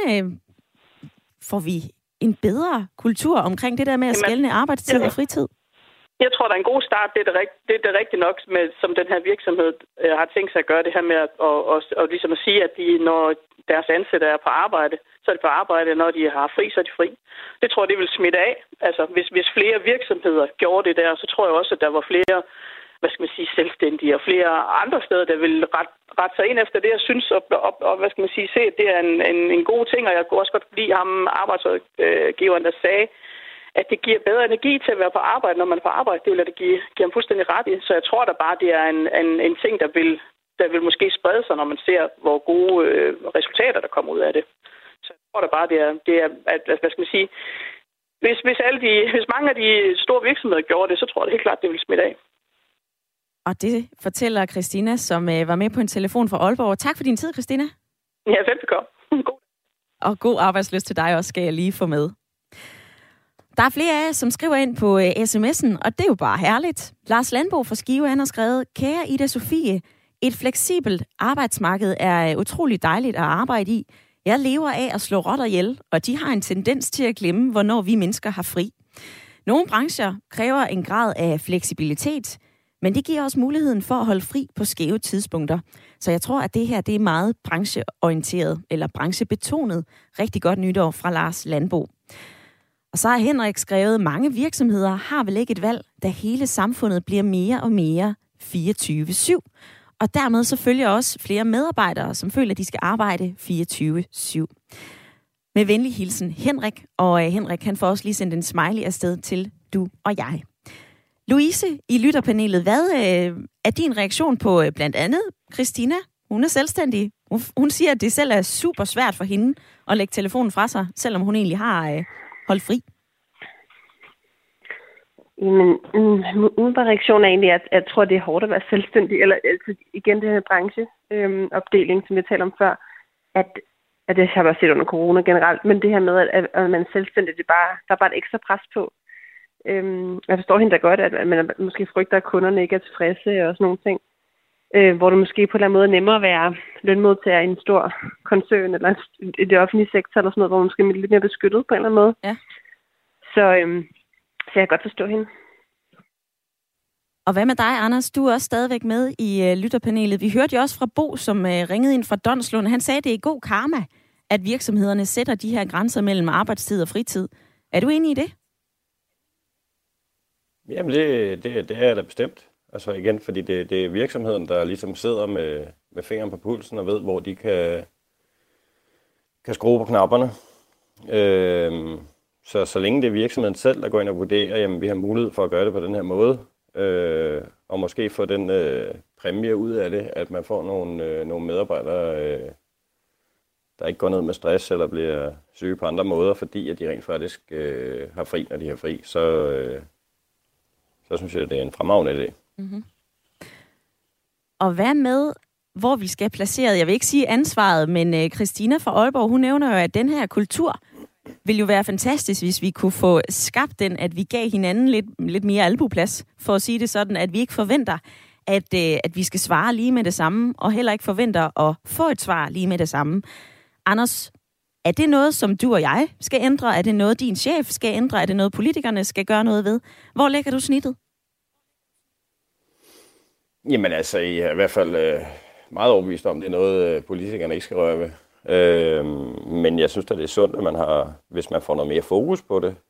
får vi en bedre kultur omkring det der med at skelne arbejdstid og fritid? Jeg tror, der er en god start. Det er det rigtigt nok, som den her virksomhed har tænkt sig at gøre det her med at ligesom at sige, at når deres ansatte er på arbejde, så er de på arbejde, når de har fri, så er de fri. Det tror jeg, det vil smitte af. Altså, hvis flere virksomheder gjorde det der, så tror jeg også, at der var flere, selvstændige og flere andre steder, der vil rette sig ind efter det, jeg synes, og se, at det er en god ting, og jeg kunne også godt lide ham, arbejdsgiveren, der sagde, at det giver bedre energi til at være på arbejde, når man er på arbejde. Det vil jeg give ham fuldstændig ret i. Så jeg tror da bare, det er en ting, der vil måske sprede sig, når man ser, hvor gode resultater, der kommer ud af det. Så jeg tror da bare, det er at, hvad skal man sige, hvis mange af de store virksomheder gjorde det, så tror jeg helt klart, det vil smitte af. Og det fortæller Christina, som var med på en telefon fra Aalborg. Tak for din tid, Christina. Ja, velbekomme. God. Og god arbejdslyst til dig også, skal jeg lige få med. Der er flere af jer, som skriver ind på sms'en, og det er jo bare herligt. Lars Landbo fra Skive, han har skrevet: Kære Ida Sofie, et fleksibelt arbejdsmarked er utroligt dejligt at arbejde i. Jeg lever af at slå rotter ihjel, og de har en tendens til at glemme, hvornår vi mennesker har fri. Nogle brancher kræver en grad af fleksibilitet, men det giver også muligheden for at holde fri på skæve tidspunkter. Så jeg tror, at det her det er meget brancheorienteret, eller branchebetonet. Rigtig godt nytår fra Lars Landbo. Og så har Henrik skrevet: mange virksomheder har vel ikke et valg, da hele samfundet bliver mere og mere 24/7. Og dermed så følger også flere medarbejdere, som føler, at de skal arbejde 24/7. Med venlig hilsen, Henrik. Og Henrik, han får også lige sendt en smiley afsted til du og jeg. Louise i lytterpanelet, hvad er din reaktion på blandt andet Christina? Hun er selvstændig. Hun siger, at det selv er super svært for hende at lægge telefonen fra sig, selvom hun egentlig har holdt fri. Jamen, min reaktion er egentlig, at jeg tror, det er hårdt at være selvstændig. Eller altså, igen, det her brancheopdeling, som jeg talte om før, at det har jeg også set under corona generelt, men det her med, at man er selvstændig, der er bare et ekstra pres på. Jeg forstår hende da godt, at man måske frygter, at kunderne ikke er tilfredse og sådan nogle ting. Hvor det måske på en eller anden måde er nemmere at være lønmodtager i en stor koncern eller i det offentlige sektor eller sådan noget, hvor man måske er lidt mere beskyttet på en eller anden måde. Ja. Så jeg kan godt forstå hende. Og hvad med dig, Anders? Du er også stadigvæk med i lytterpanelet. Vi hørte jo også fra Bo, som ringede ind fra Donslund. Han sagde, at det er god karma, at virksomhederne sætter de her grænser mellem arbejdstid og fritid. Er du enig i det? Jamen, det er jeg da bestemt. Altså igen, fordi det er virksomheden, der ligesom sidder med fingeren på pulsen og ved, hvor de kan skrue på knapperne. Så længe det er virksomheden selv, der går ind og vurderer, jamen vi har mulighed for at gøre det på den her måde, og måske få den præmie ud af det, at man får nogle medarbejdere, der ikke går ned med stress eller bliver syge på andre måder, fordi at de rent faktisk har fri, når de har fri, så synes jeg, det er en fremragende idé. Mm-hmm. Og hvad med, hvor vi skal placere, jeg vil ikke sige ansvaret, men Christina fra Aalborg, hun nævner jo, at den her kultur vil jo være fantastisk, hvis vi kunne få skabt den, at vi gav hinanden lidt mere albueplads, for at sige det sådan, at vi ikke forventer, at vi skal svare lige med det samme, og heller ikke forventer at få et svar lige med det samme. Anders, er det noget, som du og jeg skal ændre? Er det noget, din chef skal ændre? Er det noget, politikerne skal gøre noget ved? Hvor lægger du snittet? Jamen altså, jeg er i hvert fald meget overbevist om, det er noget, politikerne ikke skal røre ved. Men jeg synes da, det er sundt, at man har, hvis man får noget mere fokus på det.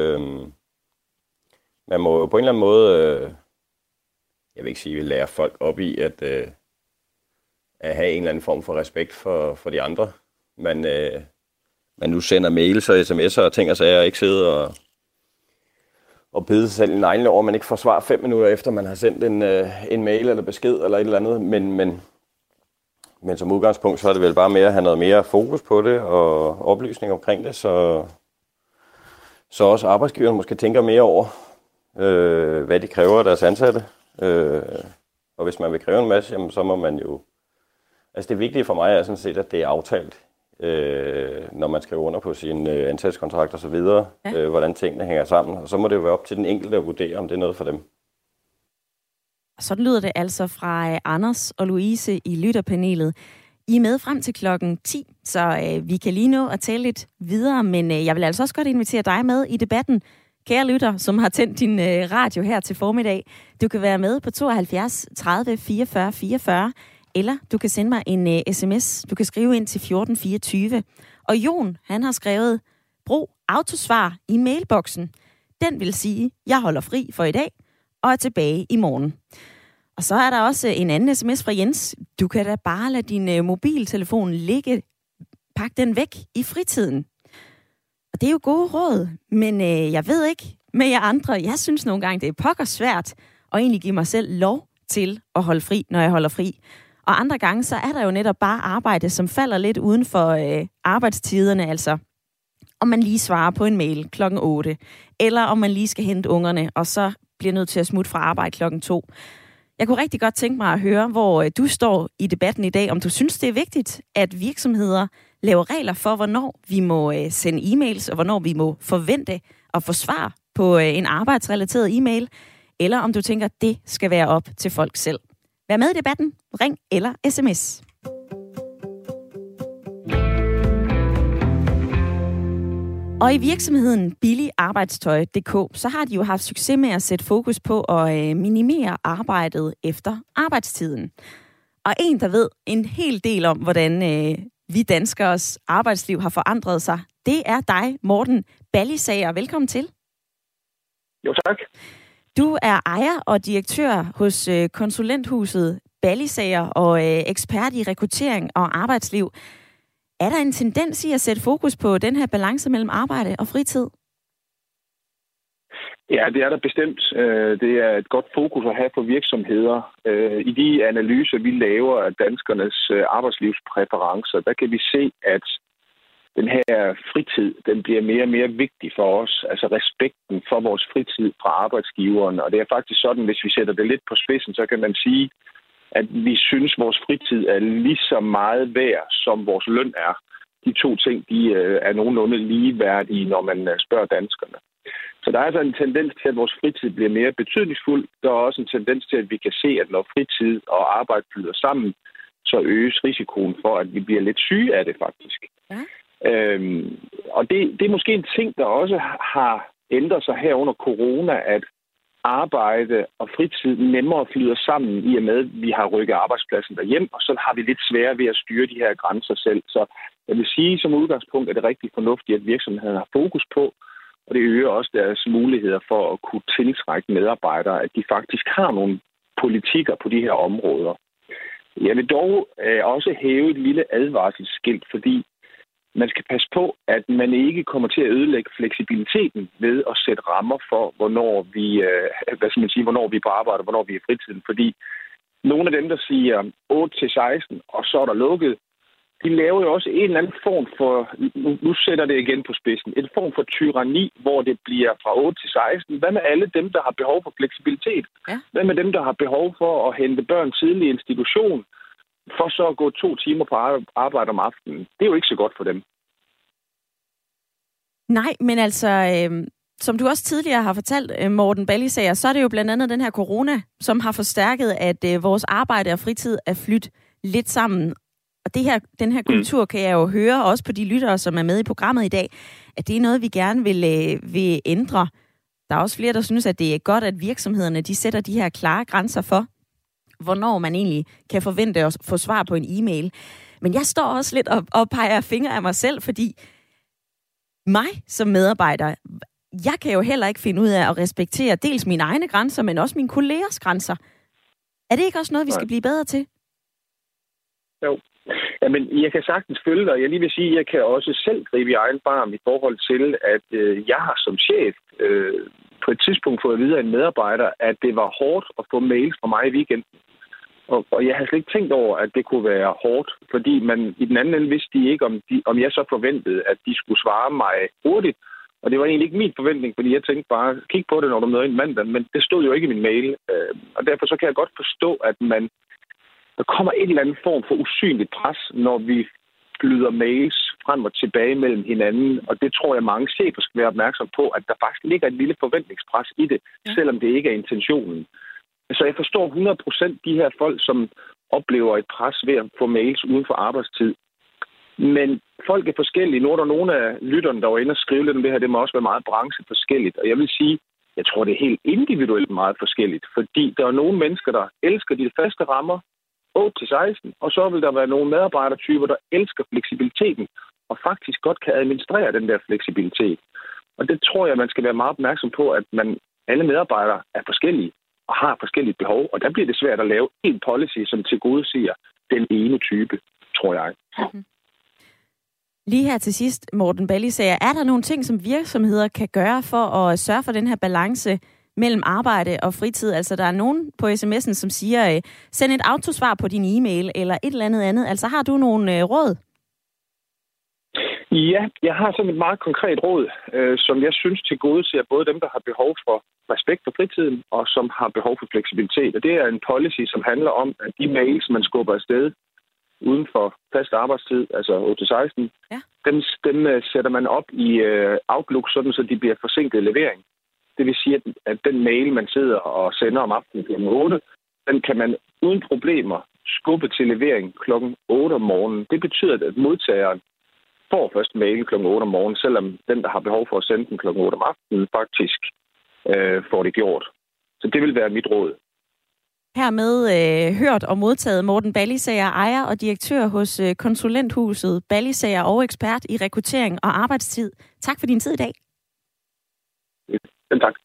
Man må jo på en eller anden måde, jeg vil ikke sige, at lære folk op i, at have en eller anden form for respekt for de andre. Man nu sender mails og sms'er og ting og sager, og ikke sidde og bide sig selv i neglene over, man ikke får svar 5 minutter efter, man har sendt en mail eller besked eller et eller andet. Men som udgangspunkt, så er det vel bare mere at have noget mere fokus på det og oplysning omkring det, så også arbejdsgiverne måske tænker mere over, hvad de kræver af deres ansatte. Og hvis man vil kræve en masse, jamen, så må man jo... Altså det vigtige for mig er sådan set, at det er aftalt, når man skriver under på sin ansættelseskontrakt og så videre, ja. Hvordan tingene hænger sammen. Og så må det jo være op til den enkelte at vurdere, om det er noget for dem. Sådan lyder det altså fra Anders og Louise i lytterpanelet. I er med frem til klokken 10, så vi kan lige nå at tale lidt videre, men jeg vil altså også godt invitere dig med i debatten. Kære lytter, som har tændt din radio her til formiddag, du kan være med på 72 30 44 44, eller du kan sende mig en sms. Du kan skrive ind til 1424. Og Jon, han har skrevet, brug autosvar i mailboksen. Den vil sige, jeg holder fri for i dag, og er tilbage i morgen. Og så er der også en anden sms fra Jens. Du kan da bare lade din mobiltelefon ligge. Pak den væk i fritiden. Og det er jo gode råd, men jeg ved ikke med jer andre. Jeg synes nogle gange, det er pokker svært at egentlig give mig selv lov til at holde fri, når jeg holder fri. Og andre gange, så er der jo netop bare arbejde, som falder lidt uden for arbejdstiderne, altså om man lige svarer på en mail klokken 8, eller om man lige skal hente ungerne, og så bliver nødt til at smutte fra arbejde klokken 2. Jeg kunne rigtig godt tænke mig at høre, hvor du står i debatten i dag, om du synes, det er vigtigt, at virksomheder laver regler for, hvornår vi må sende e-mails, og hvornår vi må forvente at få svar på en arbejdsrelateret e-mail, eller om du tænker, at det skal være op til folk selv. Vær med i debatten. Ring eller sms. Og i virksomheden billigarbejdstøj.dk, så har de jo haft succes med at sætte fokus på at minimere arbejdet efter arbejdstiden. Og en, der ved en hel del om, hvordan vi danskers arbejdsliv har forandret sig, det er dig, Morten Ballisager. Velkommen til. Jo, tak. Du er ejer og direktør hos konsulenthuset Ballisager og ekspert i rekruttering og arbejdsliv. Er der en tendens i at sætte fokus på den her balance mellem arbejde og fritid? Ja, det er der bestemt. Det er et godt fokus at have på virksomheder. I de analyser, vi laver af danskernes arbejdslivspræferencer, der kan vi se, at den her fritid, den bliver mere og mere vigtig for os. Altså respekten for vores fritid fra arbejdsgiveren. Og det er faktisk sådan, hvis vi sætter det lidt på spidsen, så kan man sige, at vi synes, at vores fritid er lige så meget værd, som vores løn er. De to ting, de er nogenlunde ligeværdige, når man spørger danskerne. Så der er altså en tendens til, at vores fritid bliver mere betydningsfuld. Der er også en tendens til, at vi kan se, at når fritid og arbejde flyder sammen, så øges risikoen for, at vi bliver lidt syge af det faktisk. Ja. Og det er måske en ting, der også har ændret sig her under corona, at arbejde og fritid nemmere flyder sammen i og med, at vi har rykket arbejdspladsen derhjem, og så har vi lidt sværere ved at styre de her grænser selv. Så jeg vil sige, som udgangspunkt er det rigtig fornuftigt, at virksomheden har fokus på, og det øger også deres muligheder for at kunne tiltrække medarbejdere, at de faktisk har nogle politikker på de her områder. Jeg vil dog også hæve et lille advarselsskilt, fordi man skal passe på, at man ikke kommer til at ødelægge fleksibiliteten ved at sætte rammer for, hvornår vi er på arbejde, og hvornår vi er i fritiden. Fordi nogle af dem, der siger 8-16, og så er der lukket, de laver jo også en eller anden form for, nu sætter det igen på spidsen, en form for tyranni, hvor det bliver fra 8-16. Hvad med alle dem, der har behov for fleksibilitet? Ja. Hvad med dem, der har behov for at hente børn tidlig i institution, for så at gå 2 timer på arbejde om aftenen? Det er jo ikke så godt for dem. Nej, men altså, som du også tidligere har fortalt, Morten Ballisager, så er det jo blandt andet den her corona, som har forstærket, at vores arbejde og fritid er flyttet lidt sammen. Og den her kultur kan jeg jo høre, også på de lyttere, som er med i programmet i dag, at det er noget, vi gerne vil ændre. Der er også flere, der synes, at det er godt, at virksomhederne de sætter de her klare grænser for, hvornår man egentlig kan forvente at få svar på en e-mail. Men jeg står også lidt og peger fingre af mig selv, fordi mig som medarbejder, jeg kan jo heller ikke finde ud af at respektere dels mine egne grænser, men også mine kollegers grænser. Er det ikke også noget, vi skal blive bedre til? Jo. Jamen, jeg kan sagtens følge dig. Jeg lige vil sige, at jeg kan også selv gribe i egen barm i forhold til, at jeg har som chef på et tidspunkt fået at vide af en medarbejder, at det var hårdt at få mails fra mig i weekenden. Og jeg havde slet ikke tænkt over, at det kunne være hårdt, fordi man i den anden ende vidste de ikke, om jeg så forventede, at de skulle svare mig hurtigt. Og det var egentlig ikke min forventning, fordi jeg tænkte bare, kig på det, når du møder en mandag, men det stod jo ikke i min mail. Og derfor så kan jeg godt forstå, at der kommer en eller anden form for usynligt pres, når vi flyder mails frem og tilbage mellem hinanden. Og det tror jeg, mange chefer skal være opmærksom på, at der faktisk ligger et lille forventningspres i det, selvom det ikke er intentionen. Så jeg forstår 100% de her folk, som oplever et pres ved at få mails uden for arbejdstid. Men folk er forskellige. Nu er der nogle af lytterne, der var inde og skrive lidt om det her. Det må også være meget brancheforskelligt. Og jeg vil sige, jeg tror, det er helt individuelt meget forskelligt. Fordi der er nogle mennesker, der elsker de faste rammer, 8-16, og så vil der være nogle medarbejdertyper, der elsker fleksibiliteten, og faktisk godt kan administrere den der fleksibilitet. Og det tror jeg, man skal være meget opmærksom på, at alle medarbejdere er forskellige og har forskellige behov, og der bliver det svært at lave en policy, som tilgodesiger den ene type, tror jeg. Mm-hmm. Lige her til sidst, Morten Ballisager, er der nogle ting, som virksomheder kan gøre for at sørge for den her balance mellem arbejde og fritid. Altså, der er nogen på sms'en, som siger, send et autosvar på din e-mail, eller et eller andet. Altså, har du nogle råd? Ja, jeg har sådan et meget konkret råd, som jeg synes tilgodeser både dem, der har behov for respekt for fritiden, og som har behov for fleksibilitet. Og det er en policy, som handler om, at de mails, man skubber afsted uden for fast arbejdstid, altså 8-16, ja. dem sætter man op i Outlook, sådan så de bliver forsinket i levering. Det vil sige, at den mail, man sidder og sender om aftenen kl. 8, den kan man uden problemer skubbe til levering kl. 8 om morgenen. Det betyder, at modtageren får først mail kl. 8 om morgenen, selvom den, der har behov for at sende den kl. 8 om aftenen, faktisk får det gjort. Så det vil være mit råd. Hermed hørt og modtaget. Morten Ballisager, ejer og direktør hos konsulenthuset Ballisager og ekspert i rekruttering og arbejdstid. Tak for din tid i dag. Ja, tak.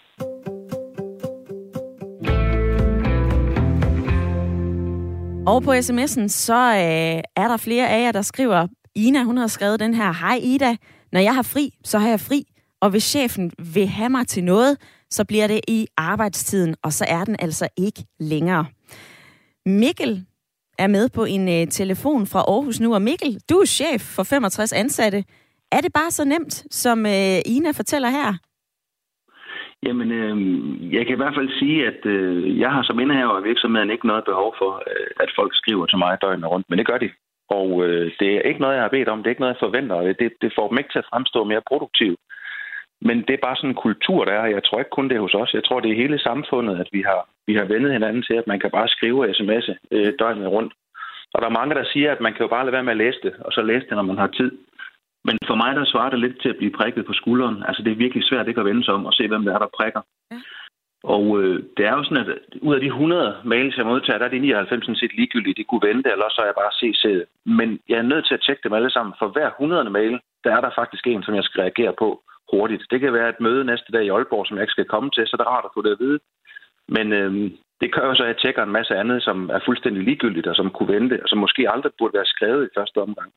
Og på sms'en, så er der flere af jer, der skriver, Ina, hun har skrevet den her, hej Ida, når jeg har fri, så har jeg fri, og hvis chefen vil have mig til noget, så bliver det i arbejdstiden, og så er den altså ikke længere. Mikkel er med på en telefon fra Aarhus nu, og Mikkel, du er chef for 65 ansatte. Er det bare så nemt, som Ina fortæller her? Jamen, jeg kan i hvert fald sige, at jeg har som indehaver af virksomheden ikke noget behov for, at folk skriver til mig døgnet rundt, men det gør de. Og det er ikke noget, jeg har bedt om, det er ikke noget, jeg forventer, det får dem ikke til at fremstå mere produktivt. Men det er bare sådan en kultur, der er. Jeg tror ikke kun det er hos os. Jeg tror, det er hele samfundet, at vi har vendet hinanden til, at man kan bare skrive sms'e døgnet rundt. Og der er mange, der siger, at man kan jo bare lade være med at læse det, og så læse det, når man har tid. Men for mig, der svarer det lidt til at blive prikket på skulderen. Altså, det er virkelig svært ikke at vende sig om og se, hvem det er, der prikker. Ja. Og det er jo sådan, at ud af de 100 mails, jeg modtager, der er de 99 set ligegyldige. De kunne vente, eller så er jeg bare CC'et. Men jeg er nødt til at tjekke dem alle sammen. For hver 100. mail, der er der faktisk en, som jeg skal reagere på hurtigt. Det kan være et møde næste dag i Aalborg, som jeg ikke skal komme til, så det er rart at få det at vide. Men det gør jo så, at jeg tjekker en masse andet, som er fuldstændig ligegyldigt, og som kunne vente, og som måske aldrig burde være skrevet i første omgang.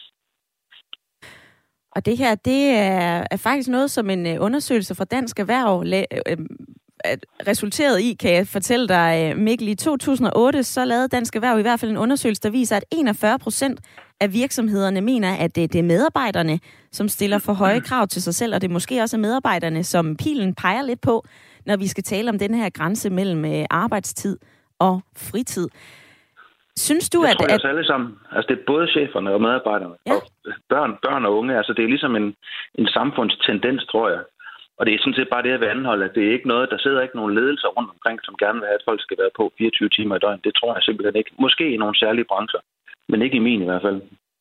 Og det her, det er faktisk noget, som en undersøgelse fra Dansk Erhverv resulterede i, kan jeg fortælle dig, Mikkel. I 2008, så lavede Dansk Erhverv i hvert fald en undersøgelse, der viser, at 41% af virksomhederne mener, at det er medarbejderne, som stiller for høje krav til sig selv, og det er måske også medarbejderne, som pilen peger lidt på, når vi skal tale om den her grænse mellem arbejdstid og fritid. Synes du, jeg tror, at os alle sammen. Altså, det er både cheferne og medarbejderne, ja. Og børn og unge. Altså, det er ligesom en samfundstendens, tror jeg. Og det er sådan set bare det, jeg vil anholde, at det er ikke noget, der sidder ikke nogen ledelser rundt omkring, som gerne vil have, at folk skal være på 24 timer i døgn. Det tror jeg simpelthen ikke. Måske i nogle særlige brancher, men ikke i min i hvert fald.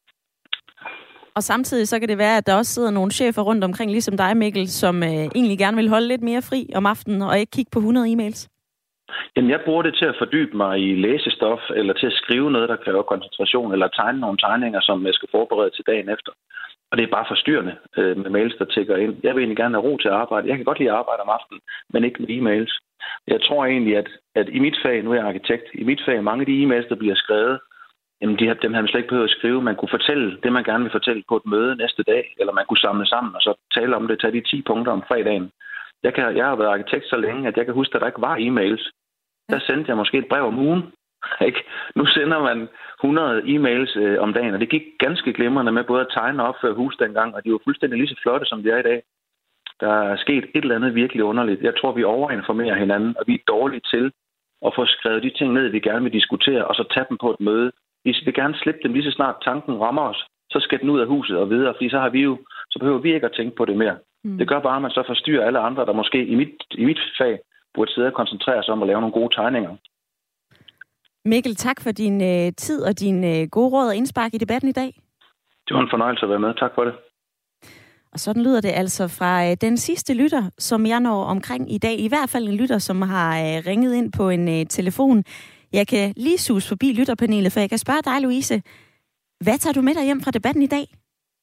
Og samtidig så kan det være, at der også sidder nogle chefer rundt omkring, ligesom dig, Mikkel, som egentlig gerne vil holde lidt mere fri om aftenen og ikke kigge på 100 e-mails. Jamen, jeg bruger det til at fordybe mig i læsestof, eller til at skrive noget, der kræver koncentration, eller tegne nogle tegninger, som jeg skal forberede til dagen efter. Og det er bare forstyrrende med mails, der tikker ind. Jeg vil egentlig gerne have ro til at arbejde. Jeg kan godt lide at arbejde om aftenen, men ikke med e-mails. Jeg tror egentlig, at i mit fag, nu er jeg arkitekt, i mit fag, mange af de e-mails, der bliver skrevet, jamen dem har man slet ikke behøvet at skrive. Man kunne fortælle det, man gerne vil fortælle på et møde næste dag, eller man kunne samle sammen og så tale om det, tage de 10 punkter om fredagen. Jeg har været arkitekt så længe, at jeg kan huske, at der ikke var e-mails. Der sendte jeg måske et brev om ugen. Ikke? Nu sender man 100 e-mails om dagen, og det gik ganske glimrende med både at tegne og opføre hus dengang, og de var fuldstændig lige så flotte, som de er i dag. Der er sket et eller andet virkelig underligt. Jeg tror, vi overinformerer hinanden, og vi er dårlige til at få skrevet de ting ned, vi gerne vil diskutere, og så tage dem på et møde. Vi vil gerne slippe dem lige så snart tanken rammer os, så skal den ud af huset og videre, fordi så behøver vi ikke at tænke på det mere. Det gør bare, at man så forstyrrer alle andre, der måske i mit fag burde sidde og koncentrere sig om at lave nogle gode tegninger. Mikkel, tak for din tid og din gode råd og indspark i debatten i dag. Det var en fornøjelse at være med. Tak for det. Og sådan lyder det altså fra den sidste lytter, som jeg når omkring i dag. I hvert fald en lytter, som har ringet ind på en telefon. Jeg kan lige sus forbi lytterpanelet, for jeg kan spørge dig, Louise. Hvad tager du med dig hjem fra debatten i dag?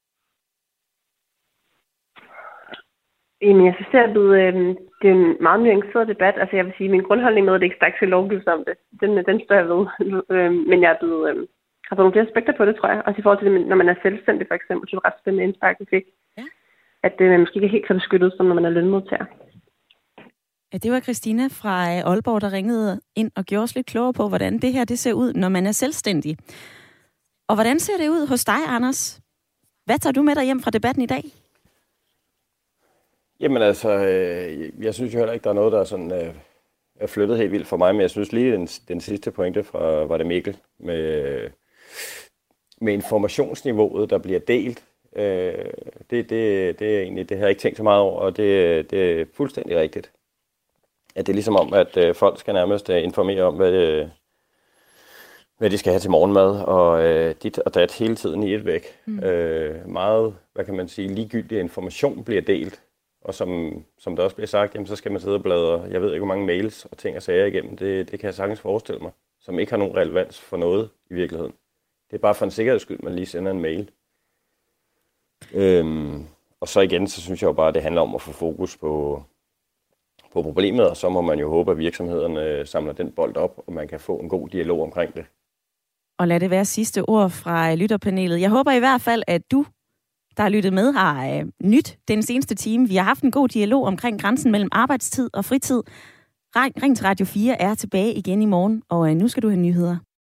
Jamen, jeg synes, det er en meget nuanceret debat. Altså, jeg vil sige, min grundholdning med, at det ikke stærkt skal lovgives om det. Den står jeg ved. Men jeg har fået nogle flere aspekter på det, tror jeg. Også i forhold til det, når man er selvstændig, for eksempel, til ret spændende indspark, vi fik. Ja. At man måske ikke er helt så beskyttet, som når man er lønmodtager. Ja, det var Christina fra Aalborg, der ringede ind og gjorde os lidt klogere på, hvordan det her det ser ud, når man er selvstændig. Og hvordan ser det ud hos dig, Anders? Hvad tager du med dig hjem fra debatten i dag? Jamen altså, jeg synes jo heller ikke, der er noget, der er sådan er flyttet helt vildt for mig, men jeg synes lige den sidste pointe fra, var det Mikkel, med informationsniveauet, der bliver delt. Det er egentlig, det har jeg ikke tænkt så meget over, og det er fuldstændig rigtigt. At det er ligesom om, at folk skal nærmest informere om, hvad de skal have til morgenmad, og dit og dat hele tiden i et væk. Meget, hvad kan man sige, ligegyldig information bliver delt. Og som der også bliver sagt, jamen, så skal man sidde og bladre, jeg ved ikke, hvor mange mails og ting og sager igennem. Det kan jeg sagtens forestille mig, som ikke har nogen relevans for noget i virkeligheden. Det er bare for en sikkerheds skyld, man lige sender en mail. Og så igen, så synes jeg jo bare, at det handler om at få fokus på problemet, og så må man jo håbe, at virksomhederne samler den bold op, og man kan få en god dialog omkring det. Og lad det være sidste ord fra lytterpanelet. Jeg håber i hvert fald, at du, der har lyttet med, har nyt den seneste time. Vi har haft en god dialog omkring grænsen mellem arbejdstid og fritid. Ring til Radio 4 er tilbage igen i morgen, og nu skal du have nyheder.